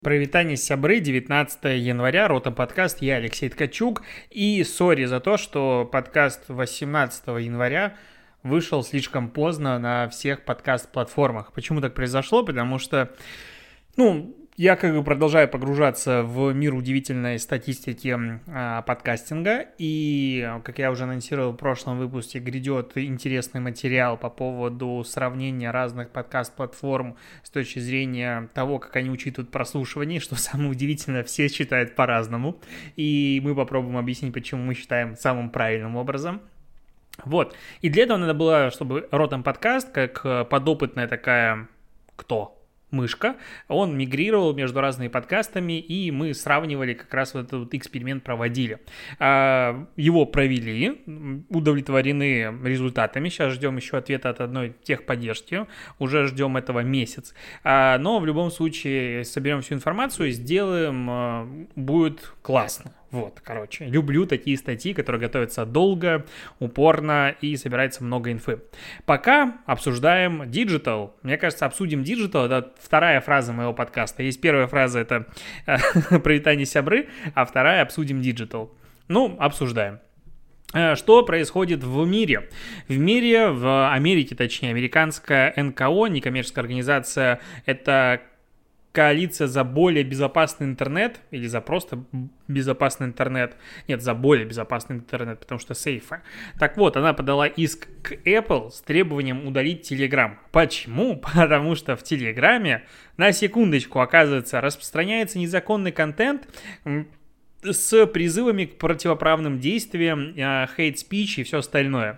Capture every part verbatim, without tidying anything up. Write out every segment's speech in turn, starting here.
Привитание, сябры, девятнадцатое января, Ротом подкаст, я Алексей Ткачук, и сори за то, что подкаст восемнадцатого января вышел слишком поздно на всех подкаст-платформах. Почему так произошло? Потому что, ну, я как бы продолжаю погружаться в мир удивительной статистики а, подкастинга, и, как я уже анонсировал в прошлом выпуске, грядет интересный материал по поводу сравнения разных подкаст-платформ с точки зрения того, как они учитывают прослушивание, что самое удивительное, все считают по-разному, и мы попробуем объяснить, почему мы считаем самым правильным образом. Вот, и для этого надо было, чтобы Ротом подкаст, как подопытная такая, кто? мышка, он мигрировал между разными подкастами, и мы сравнивали, как раз вот этот эксперимент проводили. Его провели, удовлетворены результатами, сейчас ждем еще ответа от одной техподдержки, уже ждем этого месяц. Но в любом случае соберем всю информацию и сделаем, будет классно. Вот, короче, люблю такие статьи, которые готовятся долго, упорно и собирается много инфы. Пока обсуждаем диджитал. Мне кажется, обсудим диджитал. Это вторая фраза моего подкаста. Есть первая фраза, это «Привитание, сябры», а вторая «Обсудим диджитал». Ну, обсуждаем. Что происходит в мире? В мире, в Америке, точнее, американская эн ка о, некоммерческая организация, это коалиция за более безопасный интернет, или за просто безопасный интернет, нет, за более безопасный интернет, потому что сейфа. Так вот, она подала иск к Apple с требованием удалить Telegram. Почему? Потому что в Телеграме, на секундочку, оказывается, распространяется незаконный контент с призывами к противоправным действиям, hate speech и все остальное.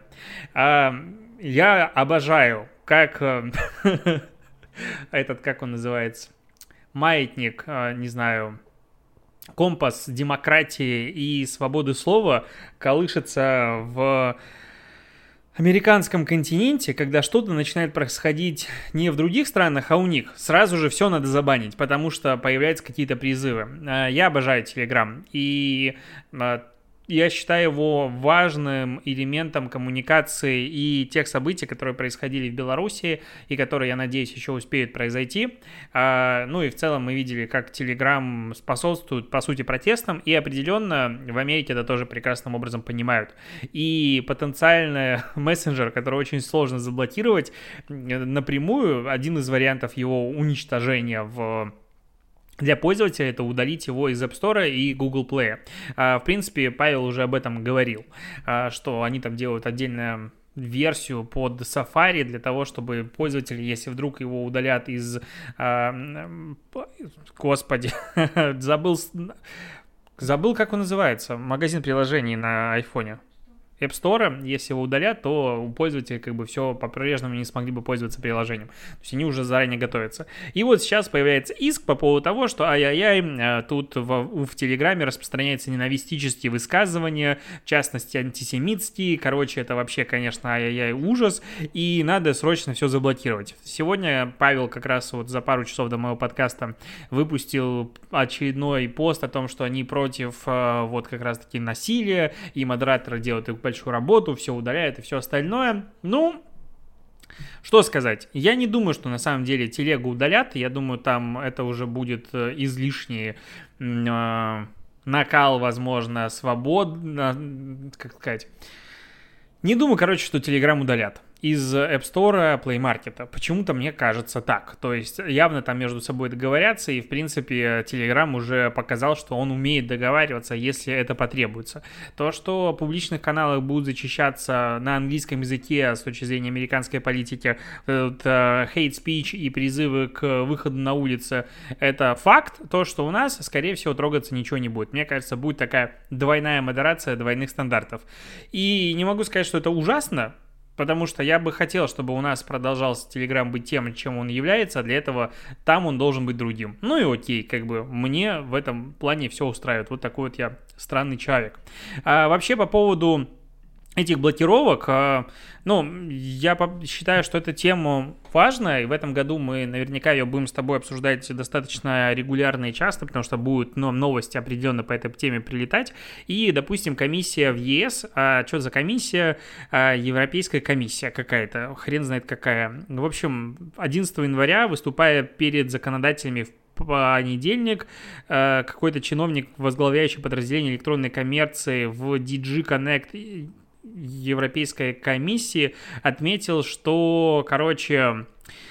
Я обожаю, как этот, как он называется, маятник, не знаю, компас демократии и свободы слова колышется в американском континенте, когда что-то начинает происходить не в других странах, а у них. Сразу же все надо забанить, потому что появляются какие-то призывы. Я обожаю Telegram, и я считаю его важным элементом коммуникации и тех событий, которые происходили в Беларуси и которые, я надеюсь, еще успеют произойти. Ну и в целом мы видели, как Telegram способствует, по сути, протестам, и определенно в Америке это тоже прекрасным образом понимают. И потенциальный мессенджер, который очень сложно заблокировать напрямую, один из вариантов его уничтожения в для пользователя — это удалить его из App Store и Google Play. В принципе, Павел уже об этом говорил, что они там делают отдельную версию под Safari для того, чтобы пользователи, если вдруг его удалят из... Господи, забыл... Забыл, как он называется. Магазин приложений на айфоне. App Store, если его удалят, то у пользователей как бы все по-прежнему не смогли бы пользоваться приложением. То есть они уже заранее готовятся. И вот сейчас появляется иск по поводу того, что ай-яй-яй, тут в, в Телеграме распространяются ненавистические высказывания, в частности антисемитские. Короче, это вообще, конечно, ай-яй-яй, ужас. И надо срочно все заблокировать. Сегодня Павел как раз вот за пару часов до моего подкаста выпустил очередной пост о том, что они против вот как раз-таки насилия, и модераторы делают их большую работу, все удаляют и все остальное. Ну, что сказать? Я не думаю, что на самом деле телегу удалят. Я думаю, там это уже будет излишний э, накал, возможно, свободно, как сказать. Не думаю, короче, что Telegram удалят из App Store, Play Market. Почему-то мне кажется так. То есть явно там между собой договорятся, и в принципе Telegram уже показал, что он умеет договариваться, если это потребуется. То, что в публичных каналах будут зачищаться на английском языке с точки зрения американской политики hate speech и призывы к выходу на улицу, это факт. То, что у нас, скорее всего, трогаться ничего не будет. Мне кажется, будет такая двойная модерация двойных стандартов. И не могу сказать, что это ужасно, потому что я бы хотел, чтобы у нас продолжался Telegram быть тем, чем он является, а для этого там он должен быть другим. Ну и окей, как бы мне в этом плане все устраивает. Вот такой вот я странный человек. А вообще по поводу этих блокировок, ну, я считаю, что эта тема важная, и в этом году мы наверняка ее будем с тобой обсуждать достаточно регулярно и часто, потому что будут ну, новости определенно по этой теме прилетать. И, допустим, комиссия в е эс, а что за комиссия? А, Европейская комиссия какая-то, хрен знает какая. В общем, одиннадцатого января, выступая перед законодателями понедельник какой-то чиновник, возглавляющий подразделение электронной коммерции в ди джи Connect Европейской комиссии, отметил, что, короче,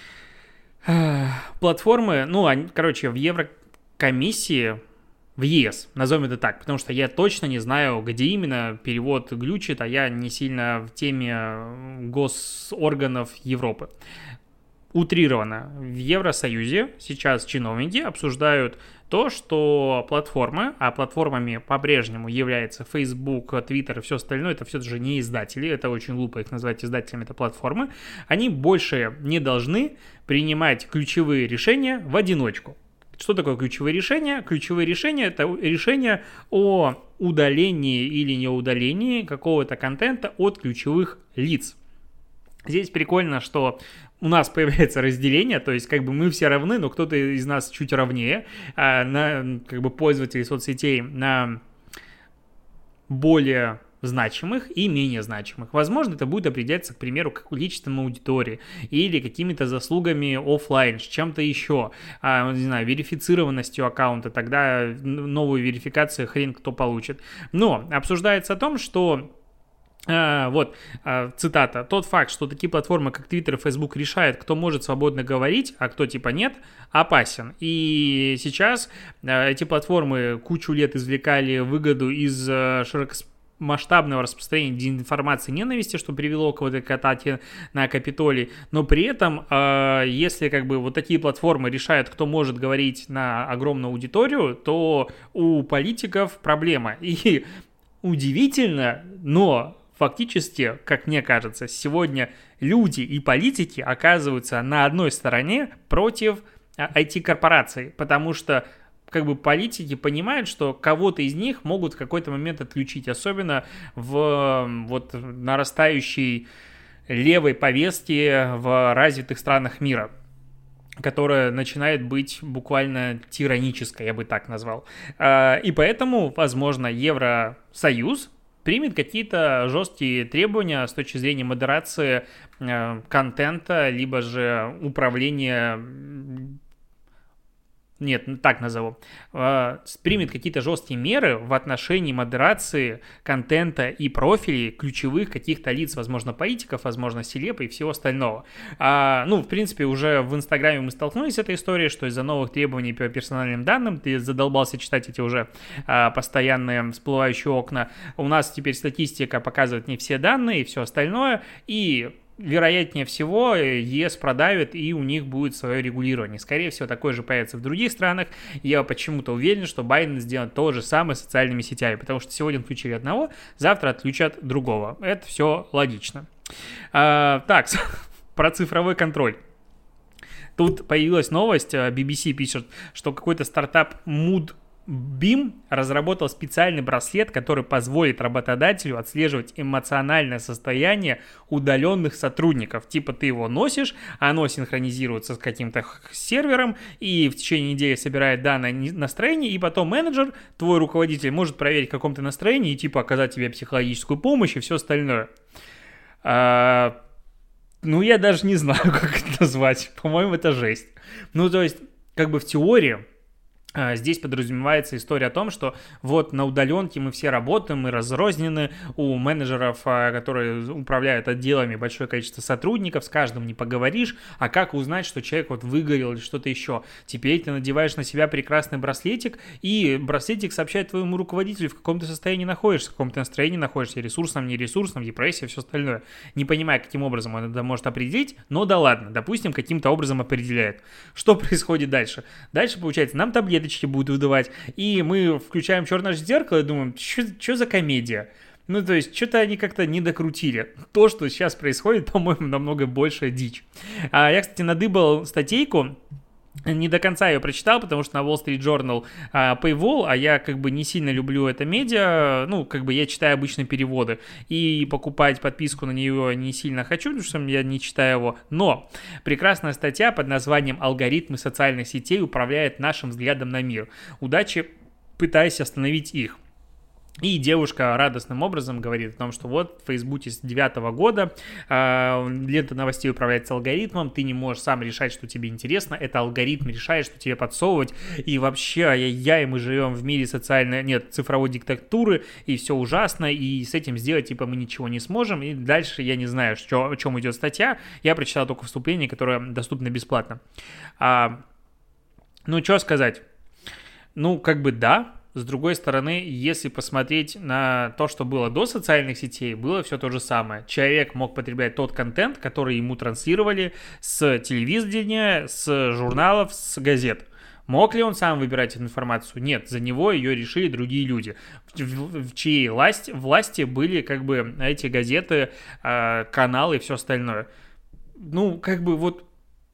платформы, ну, они, короче, в Еврокомиссии, в ЕС, назовем это так, потому что я точно не знаю, где именно перевод глючит, а я не сильно в теме госорганов Европы. Утрированно, в Евросоюзе сейчас чиновники обсуждают то, что платформы, а платформами по-прежнему являются Facebook, Twitter и все остальное, это все же не издатели, это очень глупо их называть издателями, это платформы, они больше не должны принимать ключевые решения в одиночку. Что такое ключевые решения? Ключевые решения – это решения о удалении или неудалении какого-то контента от ключевых лиц. Здесь прикольно, что у нас появляется разделение, то есть как бы мы все равны, но кто-то из нас чуть равнее, а на как бы пользователей соцсетей на более значимых и менее значимых. Возможно, это будет определяться, к примеру, как количеством аудитории или какими-то заслугами офлайн, чем-то еще, а, не знаю, верифицированностью аккаунта, тогда новую верификацию хрен кто получит. Но обсуждается о том, что А, вот, а, цитата. «Тот факт, что такие платформы, как Twitter и Facebook, решают, кто может свободно говорить, а кто типа нет, опасен». И сейчас а, эти платформы кучу лет извлекали выгоду из а, широкомасштабного распространения дезинформации, ненависти, что привело к вот этой атаке на Капитолий. Но при этом, а, если как бы вот такие платформы решают, кто может говорить на огромную аудиторию, то у политиков проблема. И удивительно, но фактически, как мне кажется, сегодня люди и политики оказываются на одной стороне против ай ти-корпораций, потому что как бы политики понимают, что кого-то из них могут в какой-то момент отключить, особенно в вот нарастающей левой повестке в развитых странах мира, которая начинает быть буквально тиранической, я бы так назвал. И поэтому, возможно, Евросоюз примет какие-то жесткие требования с точки зрения модерации контента, либо же управления... Нет, так назову, примет какие-то жесткие меры в отношении модерации контента и профилей ключевых каких-то лиц, возможно, политиков, возможно, селеб и всего остального. А, ну, в принципе, уже в Инстаграме мы столкнулись с этой историей, что из-за новых требований по персональным данным, ты задолбался читать эти уже а, постоянные всплывающие окна, у нас теперь статистика показывает не все данные и все остальное, и... вероятнее всего, ЕС продавит, и у них будет свое регулирование. Скорее всего, такое же появится в других странах. Я почему-то уверен, что Байден сделает то же самое с социальными сетями, потому что сегодня отключили одного, завтра отключат другого. Это все логично. А, так, про цифровой контроль. Тут появилась новость, би би си пишет, что какой-то стартап Mood Beam разработал специальный браслет, который позволит работодателю отслеживать эмоциональное состояние удаленных сотрудников. Типа ты его носишь, оно синхронизируется с каким-то сервером и в течение недели собирает данное настроение, и потом менеджер, твой руководитель, может проверить, в каком ты настроении и типа оказать тебе психологическую помощь и все остальное. А, ну, я даже не знаю, как это назвать. По-моему, это жесть. Ну, то есть, как бы в теории... Здесь подразумевается история о том, что вот на удаленке мы все работаем, мы разрознены, у менеджеров, которые управляют отделами, большое количество сотрудников, с каждым не поговоришь, а как узнать, что человек вот выгорел или что-то еще? Теперь ты надеваешь на себя прекрасный браслетик, и браслетик сообщает твоему руководителю, в каком ты состоянии находишься, в каком ты настроении находишься, ресурсном, нересурсном, депрессия, все остальное. Не понимаю, каким образом он это может определить, но да ладно, допустим, каким-то образом определяет. Что происходит дальше? Дальше, получается, нам таблетки будут выдавать, и мы включаем черное зеркало и думаем, что за комедия? Ну, то есть, что-то они как-то не докрутили. То, что сейчас происходит, по-моему, намного большая дичь. А я, кстати, надыбал статейку, не до конца ее прочитал, потому что на Wall Street Journal а, Paywall, а я как бы не сильно люблю это медиа, ну, как бы я читаю обычно переводы, и покупать подписку на нее не сильно хочу, потому что я не читаю его, но прекрасная статья под названием «Алгоритмы социальных сетей управляют нашим взглядом на мир. Удачи, пытаясь остановить их». И девушка радостным образом говорит о том, что вот в Фейсбуке с девятого года э, лента новостей управляется алгоритмом, ты не можешь сам решать, что тебе интересно, это алгоритм решает, что тебе подсовывать, и вообще ай-яй-яй, мы живем в мире социальной, нет, цифровой диктатуры, и все ужасно, и с этим сделать, типа, мы ничего не сможем, и дальше я не знаю, что, о чем идет статья, я прочитал только вступление, которое доступно бесплатно. А, ну, что сказать? Ну, как бы да. С другой стороны, если посмотреть на то, что было до социальных сетей, было все то же самое. Человек мог потреблять тот контент, который ему транслировали с телевидения, с журналов, с газет. Мог ли он сам выбирать эту информацию? Нет, за него ее решили другие люди, в, в, в чьей власти, власти были как бы эти газеты, э, каналы и все остальное. Ну, как бы вот...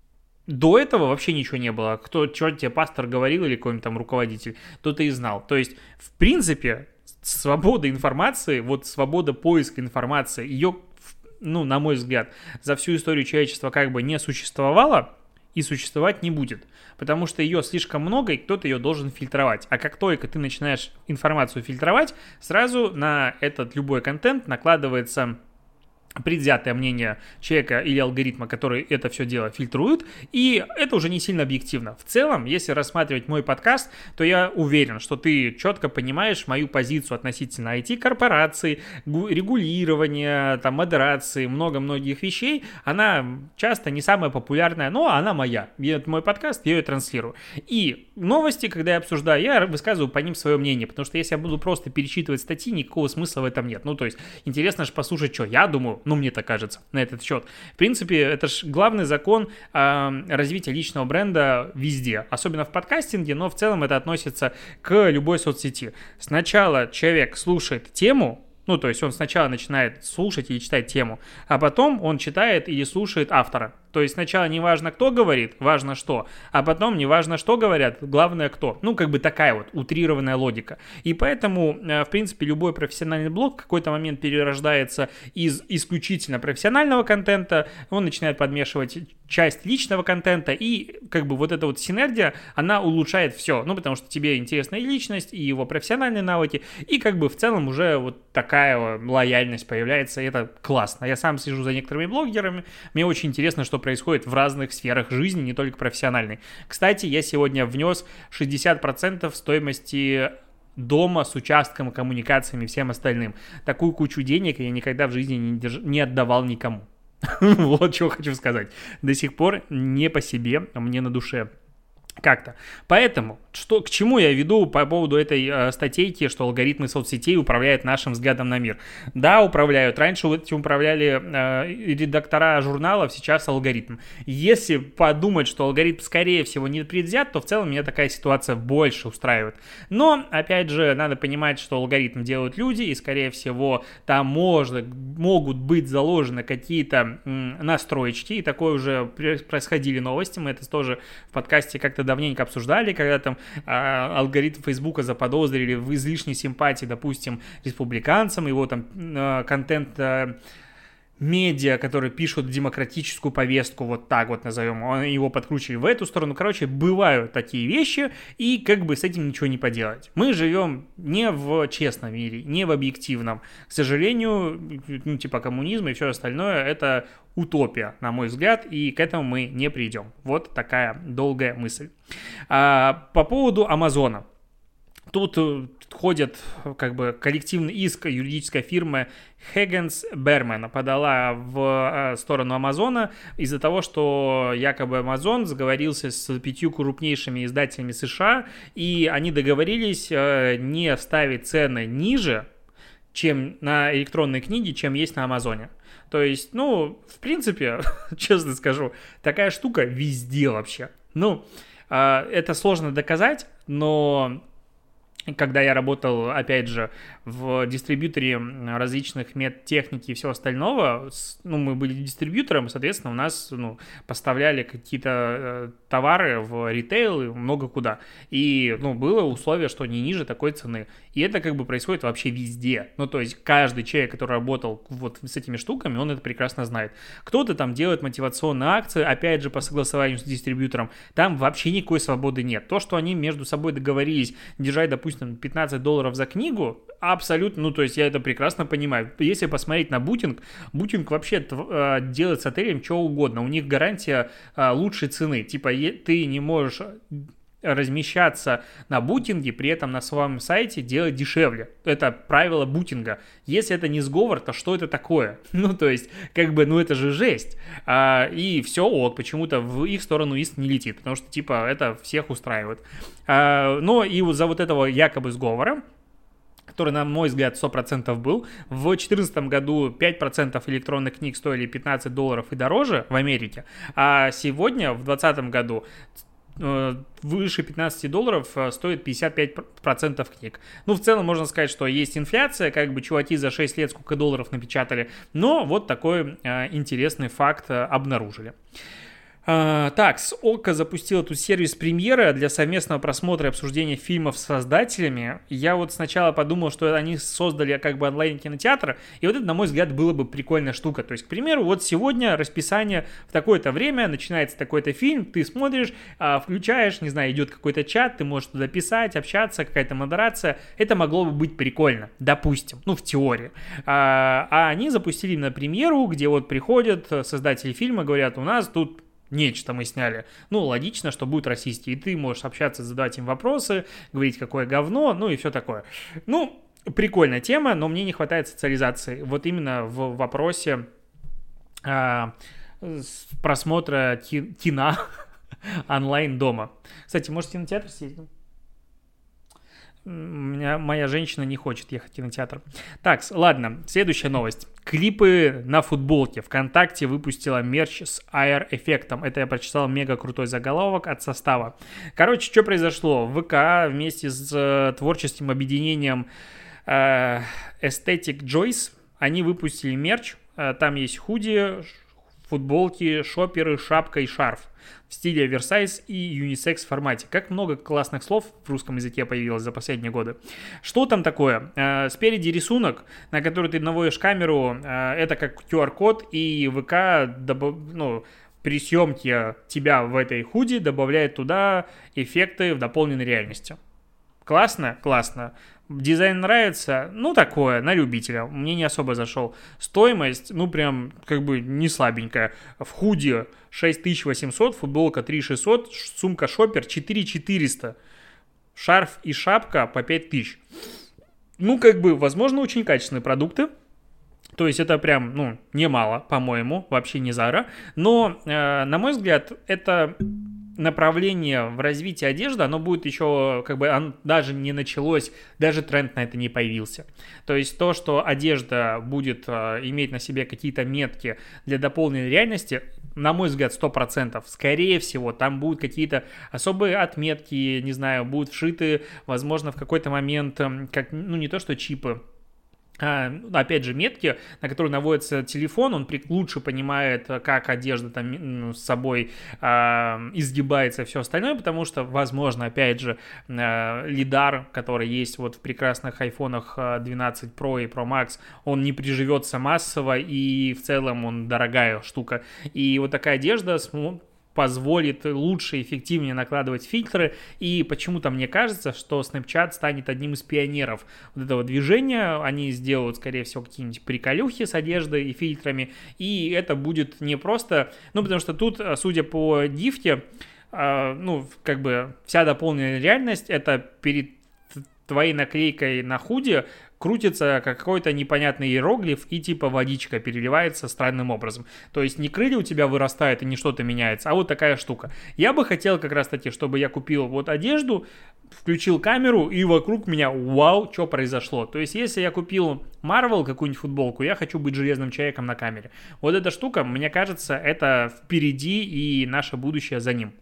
До этого вообще ничего не было. Кто, черт тебе пастор говорил или какой-нибудь там руководитель, кто-то и знал. То есть, в принципе, свобода информации, вот свобода поиска информации, ее, ну, на мой взгляд, за всю историю человечества как бы не существовало и существовать не будет. Потому что ее слишком много, и кто-то ее должен фильтровать. А как только ты начинаешь информацию фильтровать, сразу на этот любой контент накладывается предвзятое мнение человека или алгоритма, который это все дело фильтрует, и это уже не сильно объективно. В целом, если рассматривать мой подкаст, то я уверен, что ты четко понимаешь мою позицию относительно ай ти-корпораций, регулирования, там, модерации, много-многих вещей. Она часто не самая популярная, но она моя. И это мой подкаст, я ее транслирую. И новости, когда я обсуждаю, я высказываю по ним свое мнение, потому что если я буду просто перечитывать статьи, никакого смысла в этом нет. Ну, то есть, интересно же послушать, что я думаю. Ну, мне так кажется, на этот счет. В принципе, это же главный закон э, развития личного бренда везде, особенно в подкастинге, но в целом это относится к любой соцсети. Сначала человек слушает тему, ну, то есть он сначала начинает слушать или читать тему, а потом он читает или слушает автора. То есть сначала не важно, кто говорит, важно что, а потом не важно, что говорят, главное кто. Ну, как бы такая вот утрированная логика. И поэтому, в принципе, любой профессиональный блог в какой-то момент перерождается из исключительно профессионального контента, он начинает подмешивать часть личного контента, и как бы вот эта вот синергия, она улучшает все. Ну, потому что тебе интересна и личность, и его профессиональные навыки, и как бы в целом уже вот такая лояльность появляется, и это классно. Я сам слежу за некоторыми блогерами, мне очень интересно, что происходит в разных сферах жизни, не только профессиональной. Кстати, я сегодня внес шестьдесят процентов стоимости дома с участком, коммуникациями и всем остальным. Такую кучу денег я никогда в жизни не, держ... не отдавал никому. Вот что хочу сказать. До сих пор не по себе, а мне на душе. Как-то. Поэтому, что, к чему я веду по поводу этой э, статейки, что алгоритмы соцсетей управляют нашим взглядом на мир? Да, управляют. Раньше этим управляли э, редактора журналов, сейчас алгоритм. Если подумать, что алгоритм, скорее всего, не предвзят, то в целом меня такая ситуация больше устраивает. Но, опять же, надо понимать, что алгоритм делают люди, и, скорее всего, там можно, могут быть заложены какие-то м, настроечки, и такое уже происходили новости, мы это тоже в подкасте как-то давненько обсуждали, когда там э, алгоритм Фейсбука заподозрили в излишней симпатии, допустим, республиканцам, его там э, контент э, медиа, которые пишут демократическую повестку, вот так вот назовем, его подкручивали в эту сторону. Короче, бывают такие вещи, и как бы с этим ничего не поделать. Мы живем не в честном мире, не в объективном. К сожалению, ну, типа коммунизм и все остальное, это утопия, на мой взгляд, и к этому мы не придем. Вот такая долгая мысль. А, по поводу Амазона. Тут ходит как бы коллективный иск, юридическая фирма Хэггинс Берман подала в сторону Амазона из-за того, что якобы Амазон сговорился с пятью крупнейшими издателями США, и они договорились не ставить цены ниже, чем на электронные книги, чем есть на Амазоне. То есть, ну, в принципе, честно скажу, такая штука везде вообще. Ну, это сложно доказать, но когда я работал, опять же, в дистрибьюторе различных медтехники и всего остального, ну, мы были дистрибьютором, соответственно, у нас, ну, поставляли какие-то э, товары в ритейл и много куда. И, ну, было условие, что не ниже такой цены. И это как бы происходит вообще везде. Ну, то есть каждый человек, который работал вот с этими штуками, он это прекрасно знает. Кто-то там делает мотивационные акции, опять же, по согласованию с дистрибьютором. Там вообще никакой свободы нет. То, что они между собой договорились держать, допустим, допустим, пятнадцать долларов за книгу, абсолютно, ну, то есть я это прекрасно понимаю. Если посмотреть на Booking, Booking вообще э, делает с отелем что угодно. У них гарантия э, лучшей цены. Типа е- ты не можешь размещаться на бутинге, при этом на своем сайте делать дешевле. Это правило бутинга. Если это не сговор, то что это такое? Ну, то есть, как бы, ну, это же жесть. А, и все ок, почему-то в их сторону иск не летит, потому что, типа, это всех устраивает. А, но и за вот этого якобы сговора, который, на мой взгляд, сто процентов был. В две тысячи четырнадцатом году пять процентов электронных книг стоили пятнадцать долларов и дороже в Америке, а сегодня, в две тысячи двадцатом году, выше пятнадцать долларов стоит пятьдесят пять процентов книг. Ну, в целом, можно сказать, что есть инфляция, как бы чуваки за шесть лет сколько долларов напечатали, но вот такой э, интересный факт э, обнаружили. Uh, так, Ока запустила тут сервис премьеры для совместного просмотра и обсуждения фильмов с создателями. Я вот сначала подумал, что они создали как бы онлайн-кинотеатр, и вот это, на мой взгляд, было бы прикольная штука. То есть, к примеру, вот сегодня расписание в такое-то время, начинается такой-то фильм, ты смотришь, включаешь, не знаю, идет какой-то чат, ты можешь туда писать, общаться, какая-то модерация. Это могло бы быть прикольно, допустим, ну, в теории. А, а они запустили на премьеру, где вот приходят создатели фильма, говорят, у нас тут нечто мы сняли. Ну, логично, что будет расисти. И ты можешь общаться, задавать им вопросы, говорить, какое говно, ну и все такое. Ну, прикольная тема, но мне не хватает социализации. Вот именно в вопросе а, просмотра ки- кино онлайн дома. Кстати, может, в кинотеатр съездим? Меня, моя женщина не хочет ехать в кинотеатр. Так, ладно, следующая новость. Клипы на футболке. ВКонтакте выпустила мерч с эй ар-эффектом. Это я прочитал мега крутой заголовок от состава. Короче, что произошло? ВК вместе с э, творческим объединением э, Aesthetic Joyce, они выпустили мерч. Э, там есть худи, футболки, шоперы, шапка и шарф в стиле оверсайз и юнисекс формате. Как много классных слов в русском языке появилось за последние годы. Что там такое? Э, спереди рисунок, на который ты наводишь камеру. Э, это как ку ар-код, и ВК добав... ну, при съемке тебя в этой худи добавляет туда эффекты в дополненной реальности. Классно? Классно. Дизайн нравится? Ну, такое, на любителя. Мне не особо зашел. Стоимость, ну, прям, как бы, не слабенькая. В худи шесть тысяч восемьсот, футболка три тысячи шестьсот, сумка шопер четыре тысячи четыреста. Шарф и шапка по пять тысяч. Ну, как бы, возможно, очень качественные продукты. То есть это прям, ну, немало, по-моему, вообще не Zara. Но, э, на мой взгляд, это направление в развитии одежды, оно будет еще, как бы, оно даже не началось, даже тренд на это не появился. То есть то, что одежда будет э, иметь на себе какие-то метки для дополненной реальности, на мой взгляд, сто процентов. Скорее всего, там будут какие-то особые отметки, не знаю, будут вшиты, возможно, в какой-то момент, как, ну, не то что чипы, А, опять же, метки, на которые наводится телефон, он лучше понимает, как одежда там ну, с собой а, изгибается и все остальное, потому что, возможно, опять же, а, лидар, который есть вот в прекрасных айфонах двенадцать про и Pro Max, он не приживется массово, и в целом он дорогая штука. И вот такая одежда позволит лучше и эффективнее накладывать фильтры, и почему-то мне кажется, что Snapchat станет одним из пионеров вот этого движения, они сделают, скорее всего, какие-нибудь приколюхи с одеждой и фильтрами, и это будет не просто, ну, потому что тут, судя по дифте, ну, как бы вся дополненная реальность, это перед твоей наклейкой на худи крутится какой-то непонятный иероглиф и типа водичка переливается странным образом. То есть не крылья у тебя вырастают и не что-то меняется, а вот такая штука. Я бы хотел как раз таки, чтобы я купил вот одежду, включил камеру и вокруг меня вау, что произошло. То есть если я купил Marvel какую-нибудь футболку, я хочу быть железным человеком на камере. Вот эта штука, мне кажется, это впереди и наше будущее за ним.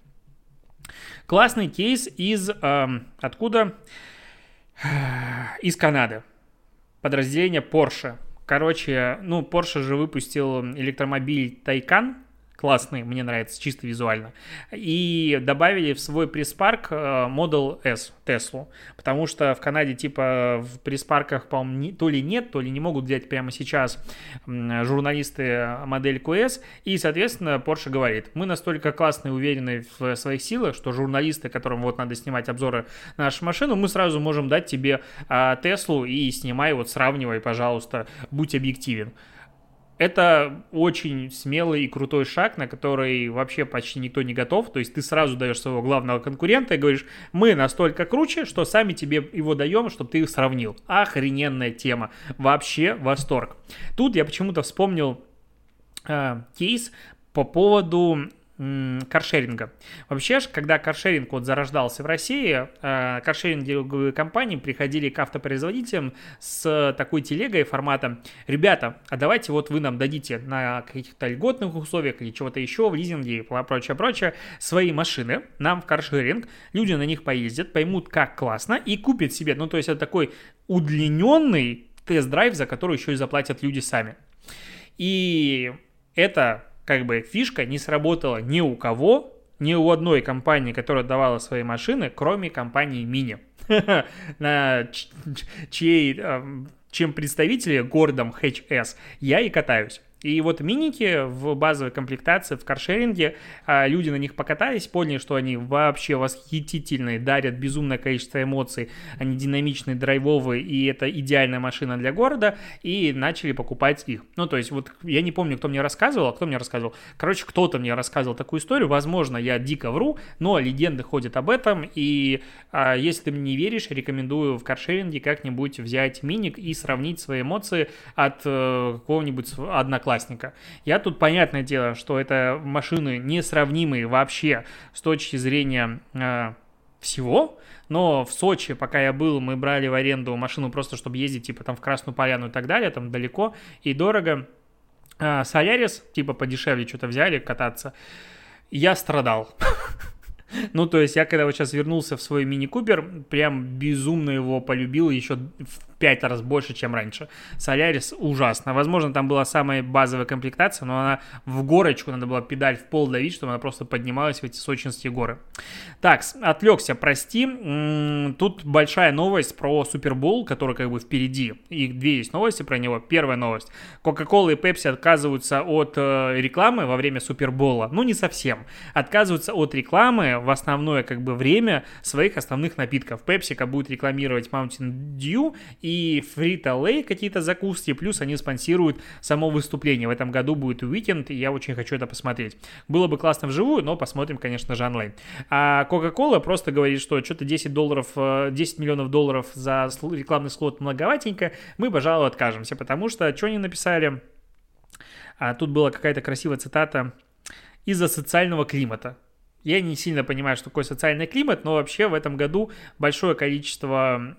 Классный кейс из... Эм, откуда? Из Канады. Подразделение Porsche. Короче, ну, Porsche же выпустил электромобиль Taycan, классный, мне нравится чисто визуально. И добавили в свой пресс-парк Model S Теслу, потому что в Канаде типа в пресс-парках, по-моему, то ли нет, то ли не могут взять прямо сейчас журналисты модельку S, и, соответственно, Porsche говорит, мы настолько классные и уверены в своих силах, что журналисты, которым вот надо снимать обзоры на нашу машину, мы сразу можем дать тебе а, Теслу и снимай, вот сравнивай, пожалуйста, будь объективен. Это очень смелый и крутой шаг, на который вообще почти никто не готов. То есть ты сразу даешь своего главного конкурента и говоришь, мы настолько круче, что сами тебе его даем, чтобы ты их сравнил. Охрененная тема. Вообще восторг. Тут я почему-то вспомнил э, кейс по поводу каршеринга. Вообще, когда каршеринг вот зарождался в России, каршеринговые компании приходили к автопроизводителям с такой телегой формата: ребята, а давайте вот вы нам дадите на каких-то льготных условиях или чего-то еще в лизинге и прочее-прочее свои машины нам в каршеринг, люди на них поездят, поймут, как классно и купят себе, ну то есть это такой удлиненный тест-драйв, за который еще и заплатят люди сами. И это как бы фишка не сработала ни у кого, ни у одной компании, которая давала свои машины, кроме компании Mini, на чьей, чем представители городом эйч эс я и катаюсь. И вот миники в базовой комплектации в каршеринге, люди на них покатались, поняли, что они вообще восхитительные, дарят безумное количество эмоций, они динамичные, драйвовые, и это идеальная машина для города, и начали покупать их. Ну, то есть, вот я не помню, кто мне рассказывал, а кто мне рассказывал. Короче, кто-то мне рассказывал такую историю, возможно, я дико вру, но легенды ходят об этом, и а, если ты мне не веришь, рекомендую в каршеринге как-нибудь взять миник и сравнить свои эмоции от э, какого-нибудь одноклассника. Я тут, понятное дело, что это машины несравнимые вообще с точки зрения э, всего, но в Сочи, пока я был, мы брали в аренду машину просто, чтобы ездить, типа, там, в Красную Поляну и так далее, там далеко и дорого. Э, Солярис, типа, подешевле что-то взяли кататься, я страдал. Ну, то есть я, когда вот сейчас вернулся в свой мини-купер, прям безумно его полюбил, еще в пять раз больше, чем раньше. Солярис ужасно. Возможно, там была самая базовая комплектация, но она в горочку, надо было педаль в пол давить, чтобы она просто поднималась в эти сочинские горы. Так, отвлекся, прости. Тут большая новость про Супербол, который как бы впереди. И две есть новости про него. Первая новость. Coca-Cola и Pepsi отказываются от рекламы во время Супербола. Ну, не совсем. Отказываются от рекламы в основное как бы время своих основных напитков. PepsiCo будет рекламировать Mountain Dew и Frito-Lay какие-то закуски, плюс они спонсируют само выступление. В этом году будет Weekend, и я очень хочу это посмотреть. Было бы классно вживую, но посмотрим, конечно же, онлайн. А Coca-Cola просто говорит, что что-то десять долларов, десять миллионов долларов за рекламный слот многоватенько, мы, пожалуй, откажемся, потому что, что они написали? А, тут была какая-то красивая цитата: из-за социального климата. Я не сильно понимаю, что такое социальный климат, но вообще в этом году большое количество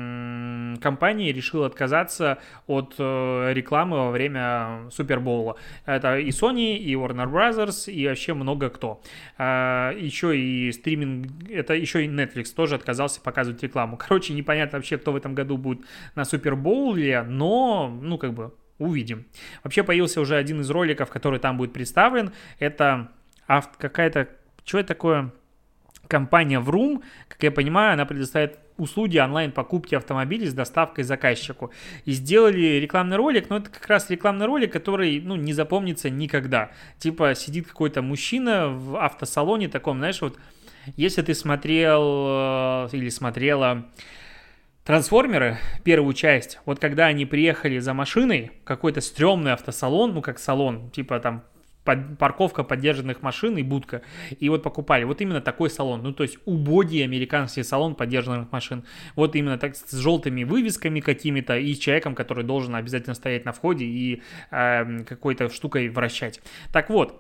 м- компаний решило отказаться от э, рекламы во время Супербоула. Это и Sony, и Warner Brothers, и вообще много кто. А, еще и стриминг, это еще и Netflix тоже отказался показывать рекламу. Короче, непонятно вообще, кто в этом году будет на Супербоуле, но, ну, как бы, увидим. Вообще появился уже один из роликов, который там будет представлен. Это авто, какая-то... Что это такое? Компания Vroom, как я понимаю, она предоставляет услуги онлайн-покупки автомобилей с доставкой заказчику. И сделали рекламный ролик, но это как раз рекламный ролик, который, ну, не запомнится никогда. Типа сидит какой-то мужчина в автосалоне таком, знаешь, вот, если ты смотрел или смотрела «Трансформеры», первую часть, вот когда они приехали за машиной, какой-то стрёмный автосалон, ну, как салон, типа там под, парковка подержанных машин и будка, и вот покупали, вот именно такой салон, ну, то есть убогий американский салон подержанных машин, вот именно так, с желтыми вывесками какими-то и с человеком, который должен обязательно стоять на входе и э, какой-то штукой вращать. Так вот,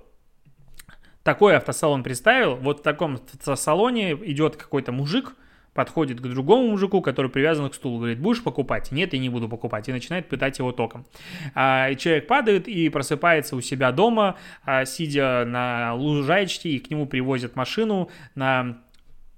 такой автосалон представил, вот в таком автосалоне идет какой-то мужик, подходит к другому мужику, который привязан к стулу, говорит: будешь покупать? Нет, я не буду покупать. И начинает пытать его током. А, и человек падает и просыпается у себя дома, а, сидя на лужайчике, и к нему привозят машину на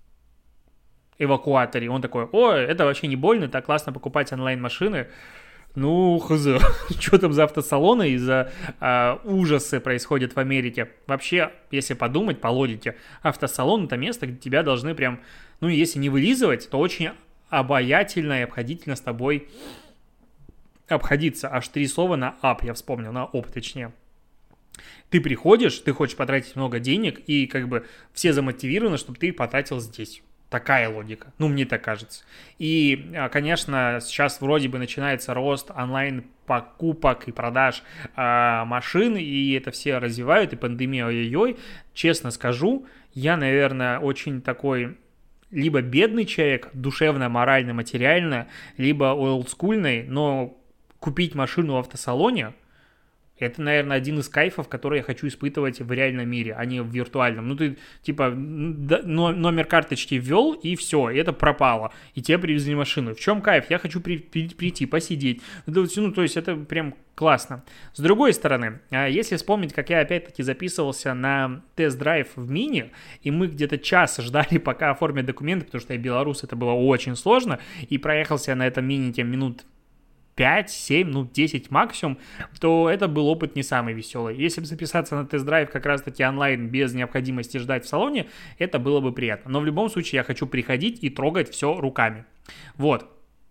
эвакуаторе. Он такой: о, это вообще не больно, так классно покупать онлайн-машины. Ну, хз, что там за автосалоны и за а, ужасы происходят в Америке. Вообще, если подумать по логике, автосалон — это место, где тебя должны прям, ну, если не вылизывать, то очень обаятельно и обходительно с тобой обходиться. Аж три слова на ап, я вспомнил, на оп, точнее. Ты приходишь, ты хочешь потратить много денег, и как бы все замотивированы, чтобы ты их потратил здесь. Такая логика. Ну, мне так кажется. И, конечно, сейчас вроде бы начинается рост онлайн-покупок и продаж э, машин, и это все развивают, и пандемия, ой-ой-ой. Честно скажу, я, наверное, очень такой либо бедный человек, душевно, морально, материально, либо олдскульный, но купить машину в автосалоне — это, наверное, один из кайфов, который я хочу испытывать в реальном мире, а не в виртуальном. Ну, ты, типа, номер карточки ввел, и все, и это пропало. И тебе привезли машину. В чем кайф? Я хочу при, при, прийти, посидеть. Ну, то есть, это прям классно. С другой стороны, если вспомнить, как я опять-таки записывался на тест-драйв в Мини, и мы где-то час ждали, пока оформят документы, потому что я белорус, это было очень сложно, и проехался я на этом Мини тем минут пять, семь, ну десять максимум, то это был опыт не самый веселый. Если бы записаться на тест-драйв как раз-таки онлайн без необходимости ждать в салоне, это было бы приятно. Но в любом случае я хочу приходить и трогать все руками. Вот.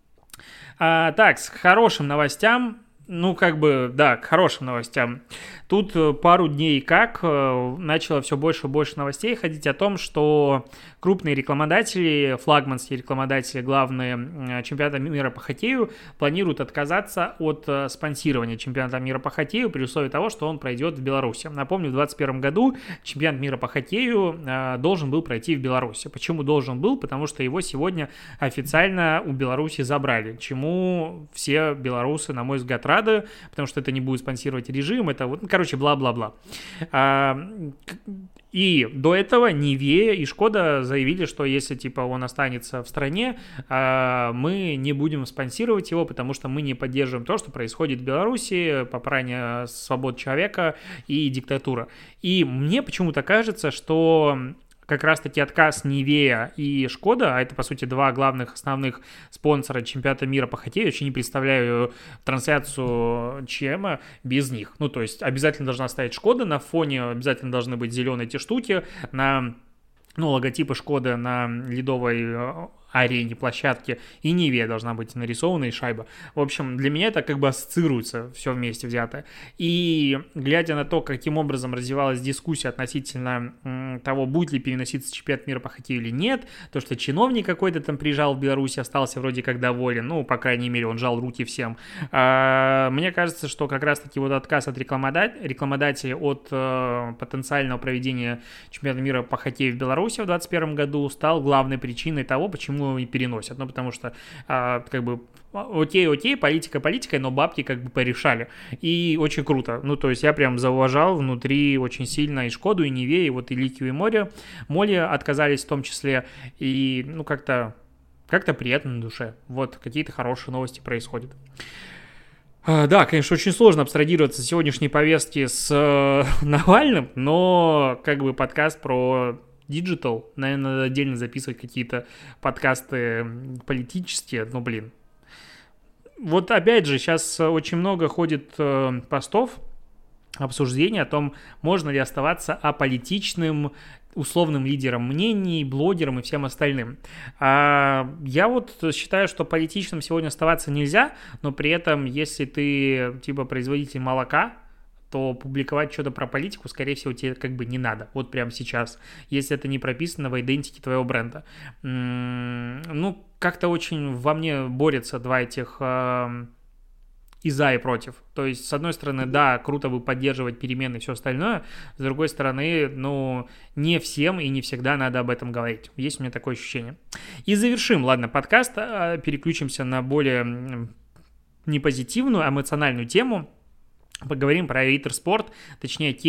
А, так, с хорошим новостям. Ну, как бы, да, к хорошим новостям. Тут пару дней как начало все больше и больше новостей ходить о том, что крупные рекламодатели, флагманские рекламодатели, главные чемпионата мира по хоккею, планируют отказаться от спонсирования чемпионата мира по хоккею при условии того, что он пройдет в Беларуси. Напомню, в двадцать первом году чемпионат мира по хоккею должен был пройти в Беларуси. Почему должен был? Потому что его сегодня официально у Беларуси забрали, чему все белорусы, на мой взгляд, рады, потому что это не будет спонсировать режим, это вот, ну, короче, бла-бла-бла. И до этого Нивея и Шкода заявили, что если, типа, он останется в стране, мы не будем спонсировать его, потому что мы не поддерживаем то, что происходит в Беларуси, попрание свобод человека и диктатура. И мне почему-то кажется, что как раз-таки отказ Нивея и Шкода, а это, по сути, два главных основных спонсора чемпионата мира по хоккею, очень не представляю трансляцию ЧМа без них. Ну, то есть обязательно должна стоять Шкода на фоне, обязательно должны быть зеленые эти штуки, на, ну, логотипы Шкоды на ледовой арене, площадке, и Нивея должна быть нарисована, и шайба. В общем, для меня это как бы ассоциируется все вместе взятое. И глядя на то, каким образом развивалась дискуссия относительно м, того, будет ли переноситься чемпионат мира по хоккею или нет, то, что чиновник какой-то там приезжал в Беларусь, остался вроде как доволен, ну, по крайней мере, он жал руки всем. А, мне кажется, что как раз-таки вот отказ от рекламодат... рекламодателей от э, потенциального проведения чемпионата мира по хоккею в Беларуси в двадцать первом году стал главной причиной того, почему не переносят, ну, потому что, а, как бы, окей, окей, политика политикой, но бабки как бы порешали, и очень круто, ну, то есть я прям зауважал внутри очень сильно и Шкоду, и Нивея, и вот и Ликию, и Море, Моли отказались в том числе, и, ну, как-то, как-то приятно на душе, вот, какие-то хорошие новости происходят. Да, конечно, очень сложно абстрагироваться с сегодняшней повестки с э, Навальным, но, как бы, подкаст про Digital, наверное, надо отдельно записывать какие-то подкасты политические, ну, блин. Вот опять же, сейчас очень много ходит э, постов, обсуждений о том, можно ли оставаться аполитичным, условным лидером мнений, блогером и всем остальным. А я вот считаю, что политичным сегодня оставаться нельзя, но при этом, если ты, типа, производитель молока, то публиковать что-то про политику, скорее всего, тебе как бы не надо, вот прямо сейчас, если это не прописано в идентике твоего бренда. Ну, как-то очень во мне борются два этих э, и за, и против. То есть, с одной стороны, да, круто бы поддерживать перемены и все остальное, с другой стороны, ну, не всем и не всегда надо об этом говорить. Есть у меня такое ощущение. И завершим, ладно, подкаст, переключимся на более непозитивную, эмоциональную тему. Поговорим про Риттер Спорт, точнее кейс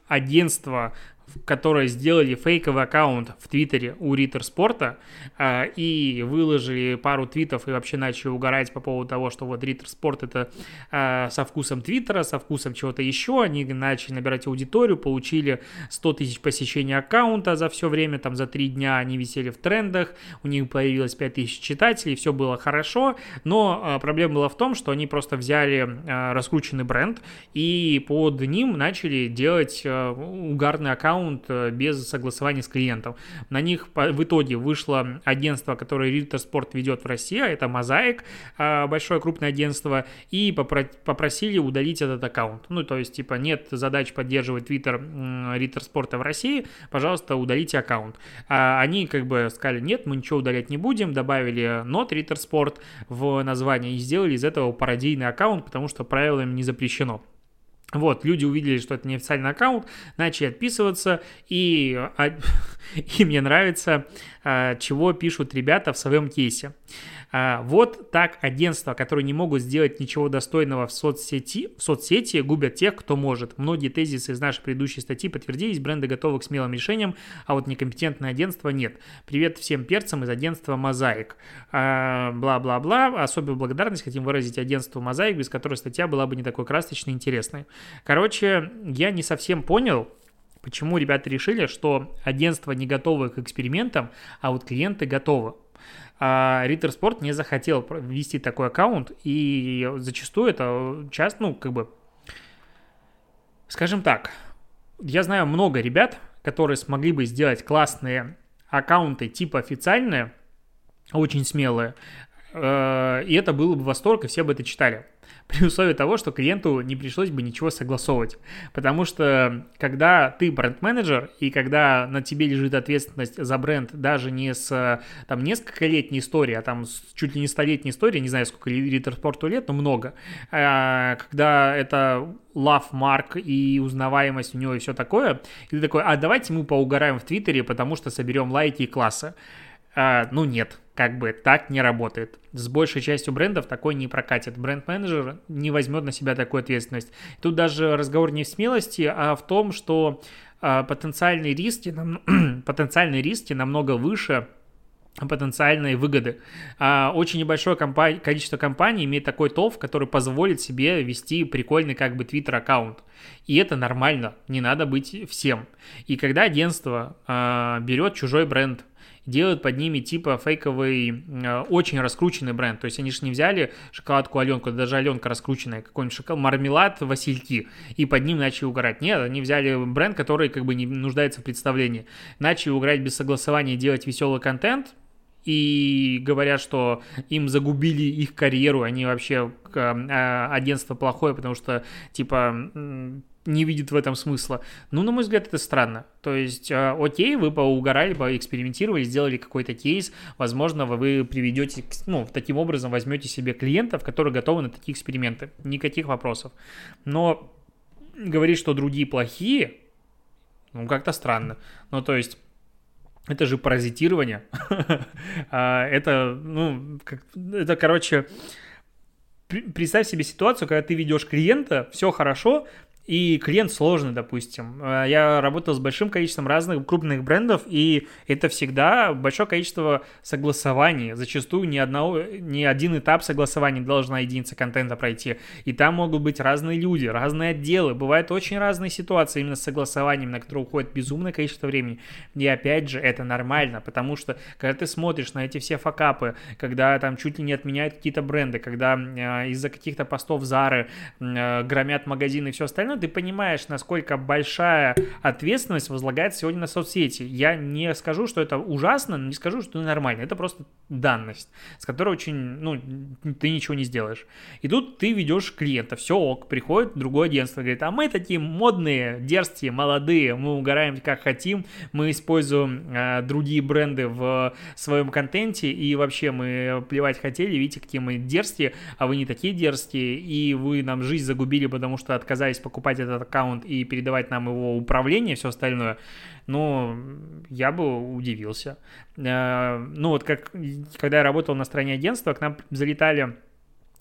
агентство, которые сделали фейковый аккаунт в Твиттере у Риттер Спорта э, и выложили пару твитов и вообще начали угорать по поводу того, что вот Риттер Спорт это э, со вкусом Твиттера, со вкусом чего-то еще. Они начали набирать аудиторию, получили сто тысяч посещений аккаунта за все время, там за три дня они висели в трендах, у них появилось пять тысяч читателей, все было хорошо, но э, проблема была в том, что они просто взяли э, раскрученный бренд и под ним начали делать э, угарный аккаунт без согласования с клиентом. На них в итоге вышло агентство, которое Риттер Спорт ведет в России, это Мозаик, большое крупное агентство, и попросили удалить этот аккаунт. Ну, то есть, типа, нет задач поддерживать Твиттер Риттер Спорта в России, пожалуйста, удалите аккаунт. А они как бы сказали, нет, мы ничего удалять не будем, добавили Not Риттер Спорт в название и сделали из этого пародийный аккаунт, потому что правилами не запрещено. Вот, люди увидели, что это неофициальный аккаунт, начали отписываться, и, а, и мне нравится, а, чего пишут ребята в своем кейсе. А, вот так агентства, которые не могут сделать ничего достойного в соцсети, в соцсети губят тех, кто может. Многие тезисы из нашей предыдущей статьи подтвердились, бренды готовы к смелым решениям, а вот некомпетентное агентство нет. Привет всем перцам из агентства Мозаик. А, бла-бла-бла. Особую благодарность хотим выразить агентству Мозаик, без которой статья была бы не такой красочной и интересной. Короче, я не совсем понял, почему ребята решили, что агентство не готовы к экспериментам, а вот клиенты готовы. А Риттер Спорт не захотел ввести такой аккаунт, и зачастую это часто, ну, как бы, скажем так, я знаю много ребят, которые смогли бы сделать классные аккаунты типа официальные, очень смелые, и это было бы восторг, и все бы это читали. При условии того, что клиенту не пришлось бы ничего согласовывать. Потому что когда ты бренд-менеджер, и когда на тебе лежит ответственность за бренд даже не с там нескольколетней истории, а там с чуть ли не столетней истории, не знаю, сколько Риттер Спорту лет, но много, а, когда это love mark и узнаваемость у него и все такое, и ты такой, а давайте мы поугараем в Твиттере, потому что соберем лайки и классы. А, ну нет, как бы так не работает. С большей частью брендов такой не прокатит. Бренд-менеджер не возьмет на себя такую ответственность. Тут даже разговор не в смелости, а в том, что а, потенциальные риски, нам, потенциальные риски намного выше потенциальные выгоды. А, очень небольшое компа- количество компаний имеет такой толк, который позволит себе вести прикольный как бы твиттер-аккаунт. И это нормально, не надо быть всем. И когда агентство а, берет чужой бренд, делают под ними типа фейковый, э, очень раскрученный бренд. То есть они же не взяли шоколадку Аленку, даже Аленка раскрученная, какой-нибудь шоколад, мармелад, Васильки, и под ним начали угорать. Нет, они взяли бренд, который как бы не нуждается в представлении. Начали угорать без согласования, делать веселый контент, и говорят, что им загубили их карьеру, они вообще э, агентство плохое, потому что типа не видит в этом смысла. Ну, на мой взгляд, это странно. То есть, э, окей, вы поугорали, поэкспериментировали, сделали какой-то кейс, возможно, вы приведете, ну, таким образом возьмете себе клиентов, которые готовы на такие эксперименты. Никаких вопросов. Но говорить, что другие плохие, ну, как-то странно. Ну, то есть, это же паразитирование. Это, ну, это, короче, представь себе ситуацию, когда ты ведешь клиента, все хорошо, и клиент сложный, допустим. Я работал с большим количеством разных крупных брендов, и это всегда большое количество согласований. Зачастую ни, одного, ни один этап согласования не должна единица контента пройти. И там могут быть разные люди, разные отделы. Бывают очень разные ситуации именно с согласованием, на которые уходит безумное количество времени. И опять же, это нормально, потому что, когда ты смотришь на эти все факапы, когда там чуть ли не отменяют какие-то бренды, когда э, из-за каких-то постов Зары э, громят магазины и все остальное, ты понимаешь, насколько большая ответственность возлагается сегодня на соцсети. Я не скажу, что это ужасно, не скажу, что это нормально. Это просто данность, с которой очень, ну, ты ничего не сделаешь. И тут ты ведешь клиента, все ок, приходит другое агентство, говорит, а мы такие модные, дерзкие, молодые, мы угораем как хотим, мы используем э, другие бренды в своем контенте, и вообще мы плевать хотели, видите, какие мы дерзкие, а вы не такие дерзкие, и вы нам жизнь загубили, потому что отказались покупать этот аккаунт и передавать нам его управление, все остальное, ну, я бы удивился. Ну, вот как, когда я работал на стороне агентства, к нам залетали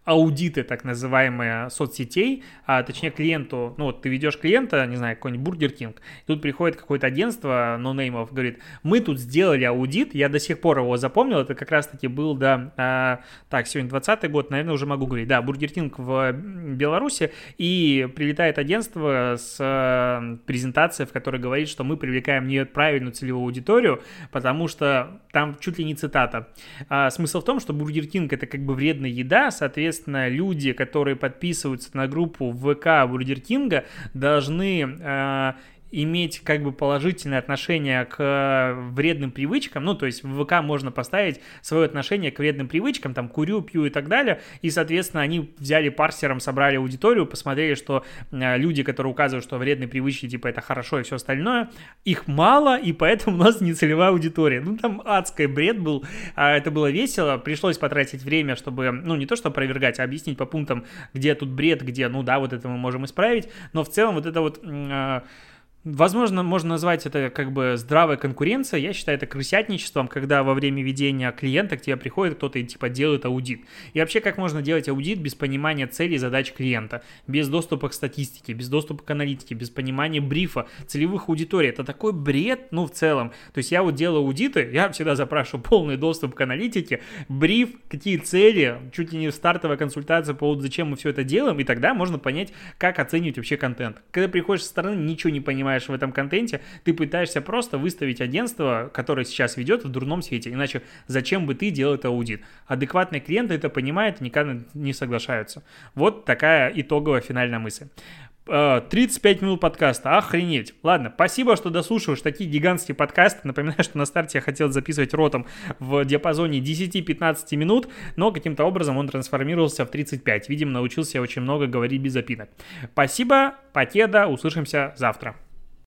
аудиты, так называемые, соцсетей, а точнее клиенту, ну вот ты ведешь клиента, не знаю, какой-нибудь Burger King, тут приходит какое-то агентство нонеймов, говорит, мы тут сделали аудит, я до сих пор его запомнил, это как раз-таки был, да, а, так, сегодня двадцатый год, наверное, уже могу говорить, да, Burger King в Беларуси, и прилетает агентство с а, презентацией, в которой говорит, что мы привлекаем неправильную целевую аудиторию, потому что там чуть ли не цитата. А, смысл в том, что Burger King это как бы вредная еда, соответственно, люди, которые подписываются на группу в ВК Бургер Кинга, должны э, иметь как бы положительное отношение к вредным привычкам, ну, то есть в ВК можно поставить свое отношение к вредным привычкам, там, курю, пью и так далее, и, соответственно, они взяли парсером, собрали аудиторию, посмотрели, что э, люди, которые указывают, что вредные привычки, типа, это хорошо и все остальное, их мало, и поэтому у нас не целевая аудитория. Ну, там адский бред был, а это было весело, пришлось потратить время, чтобы, ну, не то, что опровергать, а объяснить по пунктам, где тут бред, где, ну, да, вот это мы можем исправить, но в целом вот это вот... Э, Возможно, можно назвать это как бы здравой конкуренцией. Я считаю это крысятничеством, когда во время ведения клиента к тебе приходит кто-то и типа делает аудит. И вообще, как можно делать аудит без понимания целей и задач клиента, без доступа к статистике, без доступа к аналитике, без понимания брифа, целевых аудиторий. Это такой бред, ну, в целом. То есть я вот делаю аудиты, я всегда запрашиваю полный доступ к аналитике, бриф, какие цели, чуть ли не стартовая консультация по поводу, зачем мы все это делаем, и тогда можно понять, как оценивать вообще контент. Когда приходишь со стороны, ничего не понимаешь в этом контенте, ты пытаешься просто выставить агентство, которое сейчас ведет, в дурном свете. Иначе зачем бы ты делал это аудит? Адекватные клиенты это понимают и никогда не соглашаются. Вот такая итоговая финальная мысль. тридцать пять минут подкаста, охренеть. Ладно, спасибо, что дослушиваешь такие гигантские подкасты. Напоминаю, что на старте я хотел записывать ротом в диапазоне десять-пятнадцать минут, но каким-то образом он трансформировался в тридцать пять. Видимо, научился очень много говорить без запинок. Спасибо, покеда, услышимся завтра.